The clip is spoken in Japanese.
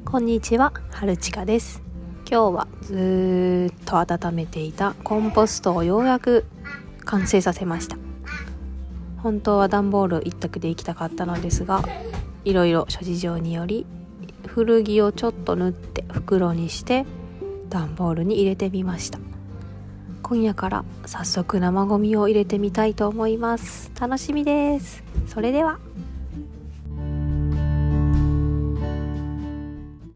こんにちは、はるちかです。今日はずっと温めていたコンポストをようやく完成させました。本当は段ボール一択で行きたかったのですが、いろいろ諸事情により古着をちょっと縫って袋にして段ボールに入れてみました。今夜から早速生ゴミを入れてみたいと思います。楽しみです。それでは。